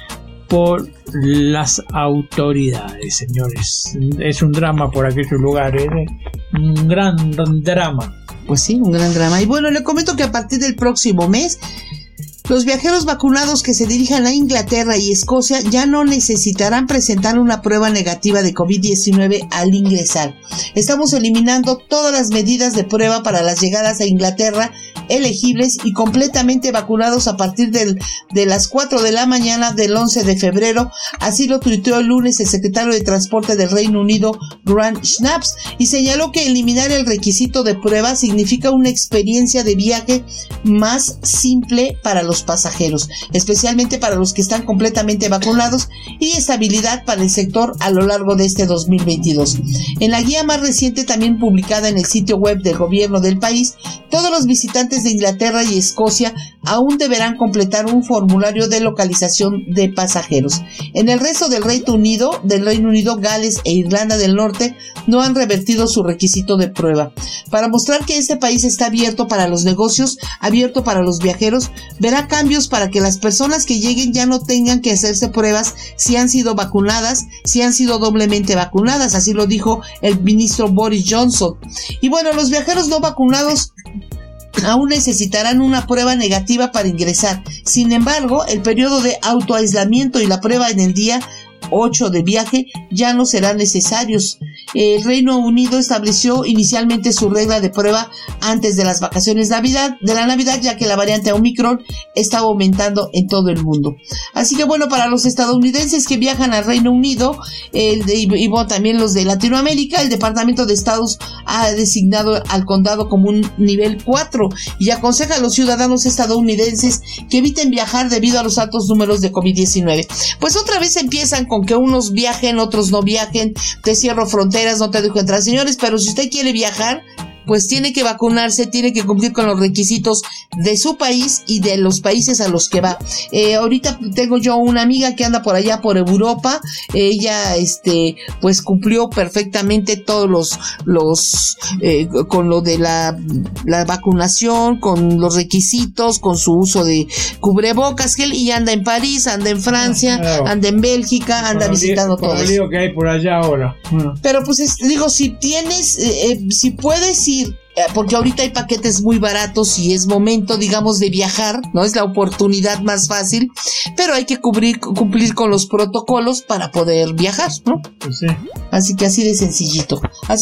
por las autoridades, señores. Es un drama por aquellos lugares, un gran drama. Pues sí, un gran drama. Y bueno, le comento que a partir del próximo mes, los viajeros vacunados que se dirijan a Inglaterra y Escocia ya no necesitarán presentar una prueba negativa de COVID-19 al ingresar. Estamos eliminando todas las medidas de prueba para las llegadas a Inglaterra, elegibles y completamente vacunados a partir de las 4 de la mañana del 11 de febrero. Así lo tuiteó el lunes el secretario de Transporte del Reino Unido, Grant Shapps, y señaló que eliminar el requisito de prueba significa una experiencia de viaje más simple para los pasajeros, especialmente para los que están completamente vacunados, y estabilidad para el sector a lo largo de este 2022. En la guía más reciente, también publicada en el sitio web del gobierno del país, todos los visitantes de Inglaterra y Escocia aún deberán completar un formulario de localización de pasajeros. En el resto del Reino Unido, Gales e Irlanda del Norte no han revertido su requisito de prueba. Para mostrar que este país está abierto para los negocios, abierto para los viajeros, verá cambios para que las personas que lleguen ya no tengan que hacerse pruebas si han sido vacunadas, si han sido doblemente vacunadas, así lo dijo el ministro Boris Johnson. Y bueno, los viajeros no vacunados aún necesitarán una prueba negativa para ingresar. Sin embargo, el periodo de autoaislamiento y la prueba en el día 8 de viaje ya no serán necesarios. El Reino Unido estableció inicialmente su regla de prueba antes de las vacaciones de la Navidad, ya que la variante Omicron está aumentando en todo el mundo. Así que bueno, para los estadounidenses que viajan al Reino Unido, y bueno, también los de Latinoamérica, el Departamento de Estados ha designado al condado como un nivel 4 y aconseja a los ciudadanos estadounidenses que eviten viajar debido a los altos números de COVID-19. Pues otra vez empiezan con que unos viajen, otros no viajen, te cierro fronteras, no te dejo entrar. Señores, pero si usted quiere viajar, pues tiene que vacunarse, tiene que cumplir con los requisitos de su país y de los países a los que va. Ahorita tengo yo una amiga que anda por allá por Europa. Ella pues cumplió perfectamente todos los con lo de la vacunación, con los requisitos, con su uso de cubrebocas, gel, y anda en París, anda en Francia, anda en Bélgica, anda visitando todo eso. Lío que hay por allá ahora. Pero pues digo, si tienes, si puedes ir, porque ahorita hay paquetes muy baratos y es momento, digamos, de viajar, ¿no? Es la oportunidad más fácil, pero hay que cumplir con los protocolos para poder viajar, ¿no? Pues sí. Así que así de sencillito.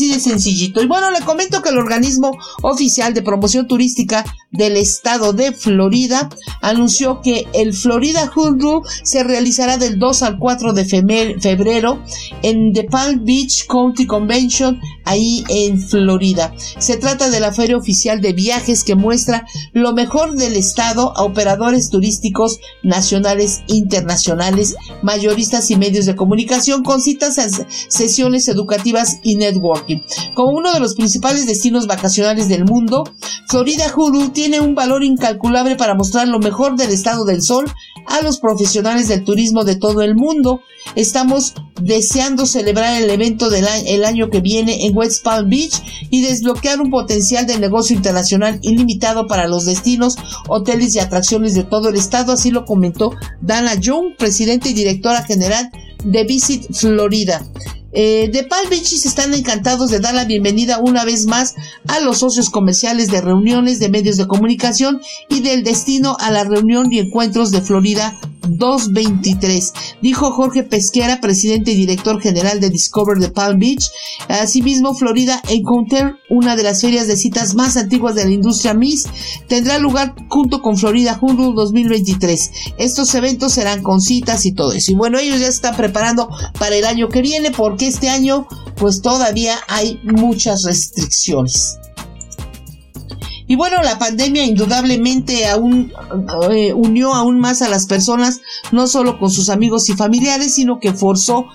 Y bueno, le comento que el organismo oficial de promoción turística del estado de Florida anunció que el Florida Hoodoo se realizará del 2 al 4 de febrero en The Palm Beach County Convention, ahí en Florida. Se trata de la feria oficial de viajes que muestra lo mejor del estado a operadores turísticos nacionales, internacionales, mayoristas y medios de comunicación, con citas a sesiones educativas y networking. Como uno de los principales destinos vacacionales del mundo, Florida Hoodoo tiene un valor incalculable para mostrar lo mejor del estado del sol a los profesionales del turismo de todo el mundo. Estamos deseando celebrar el evento el año que viene en West Palm Beach y desbloquear un potencial de negocio internacional ilimitado para los destinos, hoteles y atracciones de todo el estado, así lo comentó Dana Young, presidenta y directora general de Visit Florida. De Palm Beach están encantados de dar la bienvenida una vez más a los socios comerciales de reuniones de medios de comunicación y del destino a la reunión y encuentros de Florida 2023, dijo Jorge Pesquera, presidente y director general de Discover de Palm Beach. Asimismo, Florida Encounter, una de las ferias de citas más antiguas de la industria MIS, tendrá lugar junto con Florida Hoodoo 2023. Estos eventos serán con citas y todo eso. Y bueno, ellos ya se están preparando para el año que viene, porque este año pues todavía hay muchas restricciones. Y bueno, la pandemia indudablemente aún unió aún más a las personas, no solo con sus amigos y familiares, sino que forjó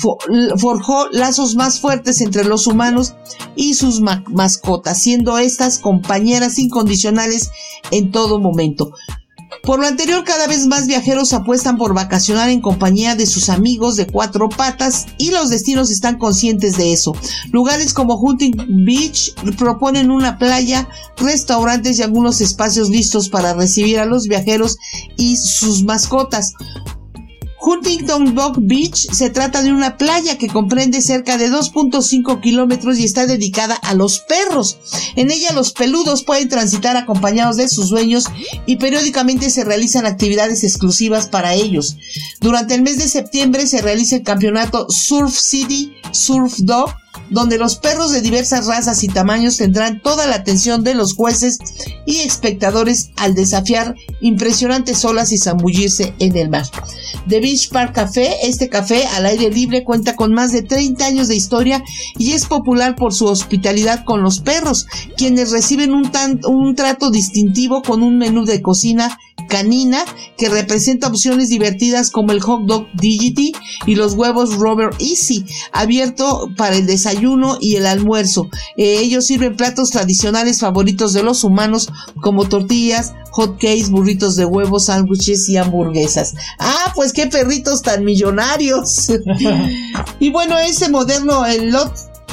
lazos más fuertes entre los humanos y sus mascotas, siendo estas compañeras incondicionales en todo momento. Por lo anterior, cada vez más viajeros apuestan por vacacionar en compañía de sus amigos de cuatro patas y los destinos están conscientes de eso. Lugares como Huntington Beach proponen una playa, restaurantes y algunos espacios listos para recibir a los viajeros y sus mascotas. Huntington Dog Beach se trata de una playa que comprende cerca de 2.5 kilómetros y está dedicada a los perros. En ella los peludos pueden transitar acompañados de sus dueños y periódicamente se realizan actividades exclusivas para ellos. Durante el mes de septiembre se realiza el campeonato Surf City Surf Dog, donde los perros de diversas razas y tamaños tendrán toda la atención de los jueces y espectadores al desafiar impresionantes olas y zambullirse en el mar. The Beach Park Café, este café al aire libre cuenta con más de 30 años de historia y es popular por su hospitalidad con los perros, quienes reciben un trato distintivo con un menú de cocina canina que representa opciones divertidas como el hot dog Diggity y los huevos Robert Easy, abierto para el desayuno y el almuerzo. Ellos sirven platos tradicionales favoritos de los humanos como tortillas, hot cakes, burritos de huevos, sándwiches y hamburguesas. ¡Ah, pues qué perritos tan millonarios! Y bueno, ese moderno, el Lot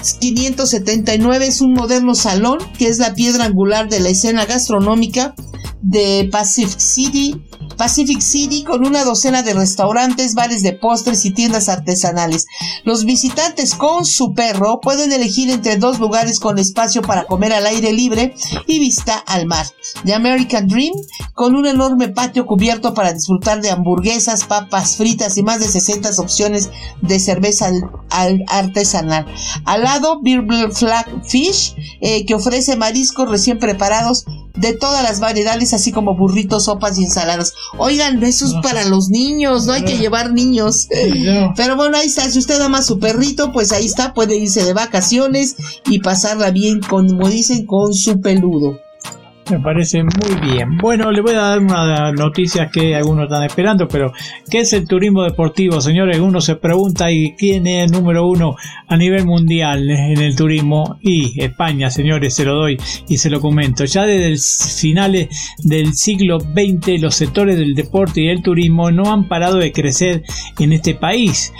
579 es un moderno salón que es la piedra angular de la escena gastronómica de Pacific City, con una docena de restaurantes, bares de postres y tiendas artesanales. Los visitantes con su perro pueden elegir entre dos lugares con espacio para comer al aire libre y vista al mar. The American Dream, con un enorme patio cubierto para disfrutar de hamburguesas, papas fritas y más de 60 opciones de cerveza artesanal. Al lado, Beer Flag Fish, que ofrece mariscos recién preparados de todas las variedades, así como burritos, sopas y ensaladas. Oigan, eso es para los niños, no hay que llevar niños. Pero bueno, ahí está, si usted ama a su perrito, pues ahí está, puede irse de vacaciones y pasarla bien, como dicen, con su peludo. Me parece muy bien. Bueno, le voy a dar una noticia que algunos están esperando, pero ¿qué es el turismo deportivo, señores? Uno se pregunta, ¿y quién es el número uno a nivel mundial en el turismo? Y España, señores, se lo doy y se lo comento. Ya desde finales del siglo XX, los sectores del deporte y el turismo no han parado de crecer en este país.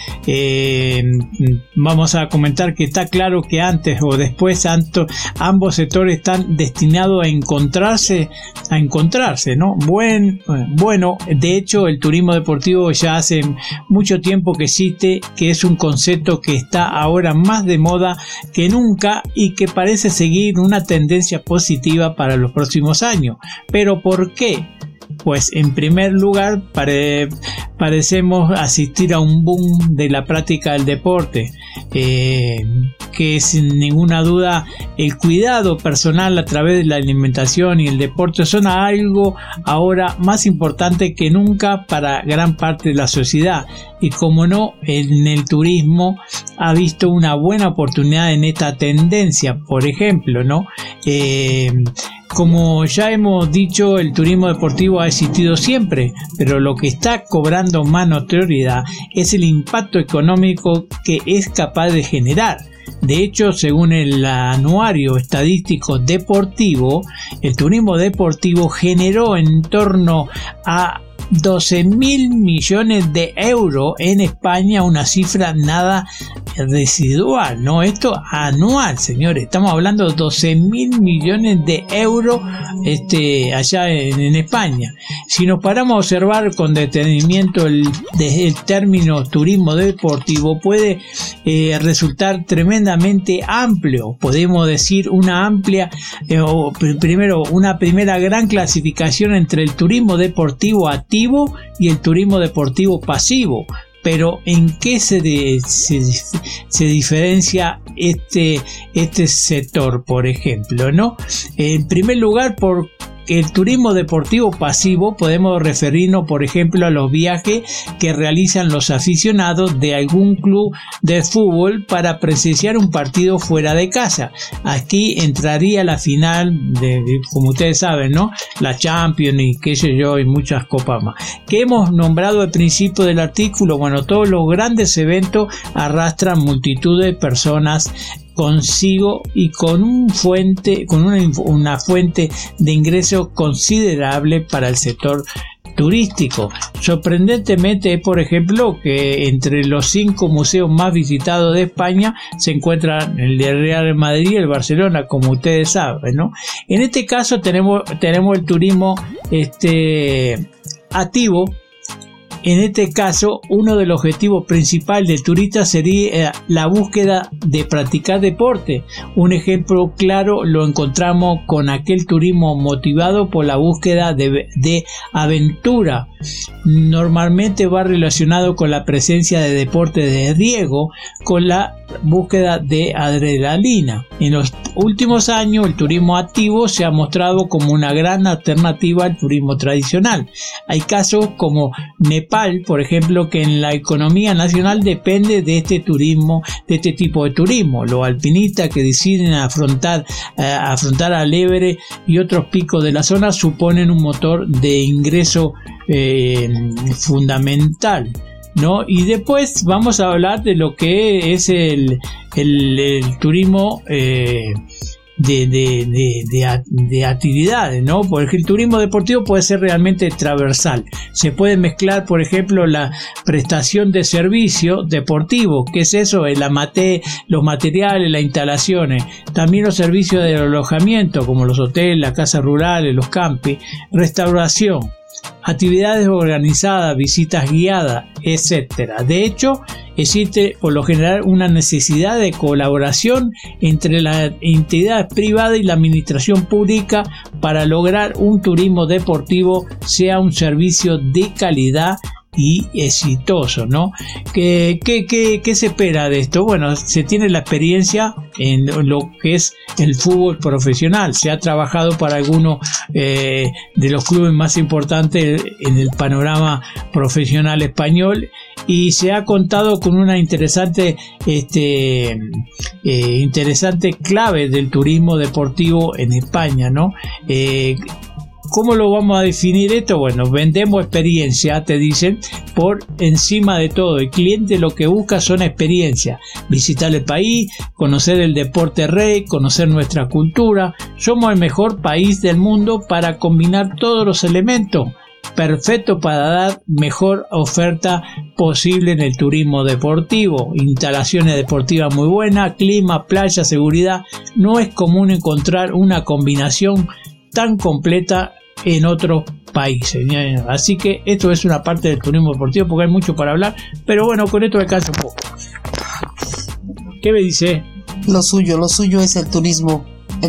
Vamos a comentar que está claro que antes o después ambos sectores están destinados a encontrarse, ¿no? Bueno, de hecho, el turismo deportivo ya hace mucho tiempo que existe, que es un concepto que está ahora más de moda que nunca y que parece seguir una tendencia positiva para los próximos años. ¿Pero por qué? Pues en primer lugar parecemos asistir a un boom de la práctica del deporte, que sin ninguna duda el cuidado personal a través de la alimentación y el deporte son algo ahora más importante que nunca para gran parte de la sociedad. Y como no, en el turismo ha visto una buena oportunidad en esta tendencia, por ejemplo, ¿no? Como ya hemos dicho, el turismo deportivo ha existido siempre, pero lo que está cobrando más notoriedad es el impacto económico que es capaz de generar. De hecho, según el anuario estadístico deportivo, el turismo deportivo generó en torno a 12.000 millones de euros en España, una cifra nada residual, ¿no? Esto anual, señores, estamos hablando de 12.000 millones de euros allá en España. Si nos paramos a observar con detenimiento el término turismo deportivo, puede resultar tremendamente amplio. Podemos decir una primera gran clasificación entre el turismo deportivo activo y el turismo deportivo pasivo. Pero ¿en qué se diferencia este sector, por ejemplo, ¿no? En primer lugar, por el turismo deportivo pasivo podemos referirnos, por ejemplo, a los viajes que realizan los aficionados de algún club de fútbol para presenciar un partido fuera de casa. Aquí entraría la final como ustedes saben, ¿no? La Champions y qué sé yo, y muchas copas más que hemos nombrado al principio del artículo. Bueno, todos los grandes eventos arrastran multitud de personas consigo y con una fuente de ingreso considerable para el sector turístico. Sorprendentemente, por ejemplo, que entre los 5 museos más visitados de España se encuentran el de Real Madrid y el Barcelona, como ustedes saben, ¿no? En este caso tenemos el turismo activo, En este caso, uno de los objetivos principales del turista sería la búsqueda de practicar deporte. Un ejemplo claro lo encontramos con aquel turismo motivado por la búsqueda de aventura. Normalmente va relacionado con la presencia de deportes de riesgo, con la búsqueda de adrenalina. En los últimos años, el turismo activo se ha mostrado como una gran alternativa al turismo tradicional. Hay casos como Nepal, por ejemplo, que en la economía nacional depende de este turismo, de este tipo de turismo. Los alpinistas que deciden afrontar al Everest y otros picos de la zona suponen un motor de ingreso fundamental, ¿no? Y después vamos a hablar de lo que es el turismo de actividades, ¿no? Porque el turismo deportivo puede ser realmente transversal. Se puede mezclar, por ejemplo, la prestación de servicio deportivo. ¿Qué es eso? Los materiales, las instalaciones. También los servicios de alojamiento, como los hoteles, las casas rurales, los campings. Restauración, actividades organizadas, visitas guiadas, etcétera. De hecho, existe por lo general una necesidad de colaboración entre las entidades privadas y la administración pública para lograr un turismo deportivo sea un servicio de calidad y exitoso, ¿no? ¿Qué se espera de esto? Bueno, se tiene la experiencia en lo que es el fútbol profesional. Se ha trabajado para algunos de los clubes más importantes en el panorama profesional español y se ha contado con una interesante clave del turismo deportivo en España, ¿no? ¿Cómo lo vamos a definir esto? Bueno, vendemos experiencia, te dicen, por encima de todo. El cliente lo que busca son experiencias. Visitar el país, conocer el deporte rey, conocer nuestra cultura. Somos el mejor país del mundo para combinar todos los elementos. Perfecto para dar mejor oferta posible en el turismo deportivo. Instalaciones deportivas muy buenas, clima, playa, seguridad. No es común encontrar una combinación tan completa en otros países. Así que esto es una parte del turismo deportivo porque hay mucho para hablar, pero bueno, con esto alcanza un poco. ¿Qué me dice? Lo suyo es el turismo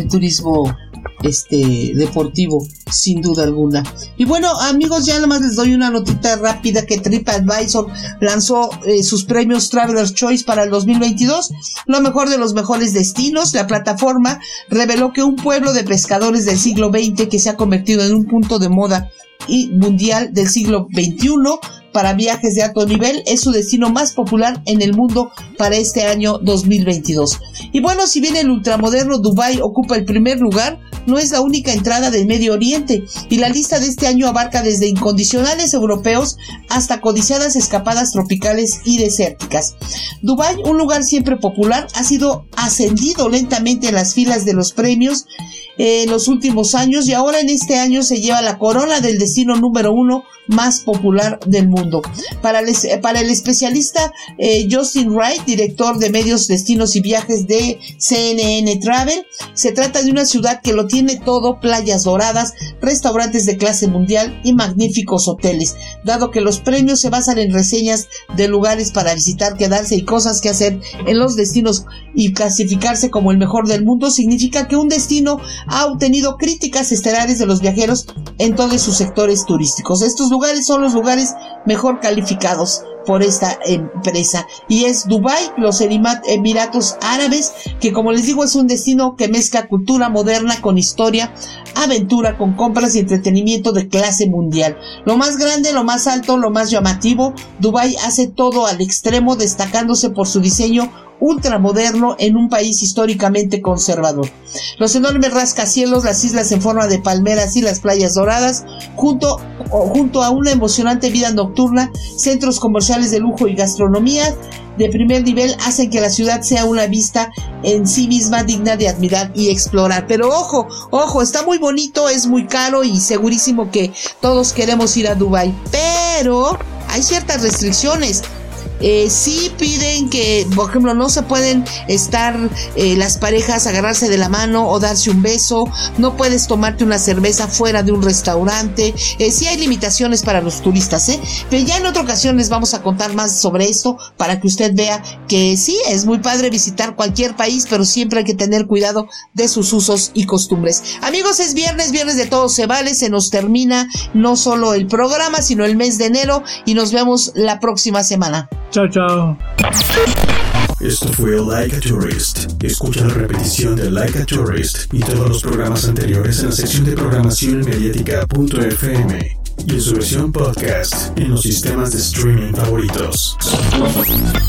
deportivo, sin duda alguna. Y bueno, amigos, ya nomás les doy una notita rápida que TripAdvisor lanzó sus premios Traveler's Choice para el 2022, lo mejor de los mejores destinos. La plataforma reveló que un pueblo de pescadores del siglo XX que se ha convertido en un punto de moda y mundial del siglo XXI para viajes de alto nivel es su destino más popular en el mundo para este año 2022. Y bueno, si bien el ultramoderno Dubái ocupa el primer lugar, no es la única entrada del Medio Oriente, y la lista de este año abarca desde incondicionales europeos hasta codiciadas escapadas tropicales y desérticas. Dubái, un lugar siempre popular, ha sido ascendido lentamente en las filas de los premios en los últimos años, y ahora en este año se lleva la corona del destino número 1 más popular del mundo. Para el especialista Justin Wright, director de medios, destinos y viajes de CNN Travel, se trata de una ciudad que lo tiene todo: playas doradas, restaurantes de clase mundial y magníficos hoteles. Dado que los premios se basan en reseñas de lugares para visitar, quedarse y cosas que hacer en los destinos y clasificarse como el mejor del mundo, significa que un destino ha obtenido críticas estelares de los viajeros en todos sus sectores turísticos. Estos lugares son los lugares mejor calificados por esta empresa, y es Dubái, los Emiratos Árabes, que como les digo es un destino que mezcla cultura moderna con historia, aventura con compras y entretenimiento de clase mundial. Lo más grande, lo más alto, lo más llamativo, Dubái hace todo al extremo, destacándose por su diseño ultramoderno en un país históricamente conservador. Los enormes rascacielos, las islas en forma de palmeras y las playas doradas, junto a una emocionante vida nocturna, centros comerciales de lujo y gastronomía de primer nivel, hacen que la ciudad sea una vista en sí misma digna de admirar y explorar. Pero ojo, está muy bonito, es muy caro y segurísimo que todos queremos ir a Dubái, pero hay ciertas restricciones. Sí piden que, por ejemplo, no se pueden estar las parejas agarrarse de la mano o darse un beso, no puedes tomarte una cerveza fuera de un restaurante. Sí hay limitaciones para los turistas, pero ya en otra ocasión les vamos a contar más sobre esto para que usted vea que sí, es muy padre visitar cualquier país, pero siempre hay que tener cuidado de sus usos y costumbres. Amigos, es viernes de Todo Se Vale, se nos termina no solo el programa, sino el mes de enero, y nos vemos la próxima semana. Chao, chao. Esto fue Like a Tourist. Escucha la repetición de Like a Tourist y todos los programas anteriores en la sección de programación mediática.fm y en su versión podcast en los sistemas de streaming favoritos.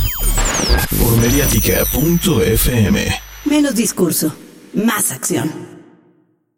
Por mediática.fm. Menos discurso, más acción.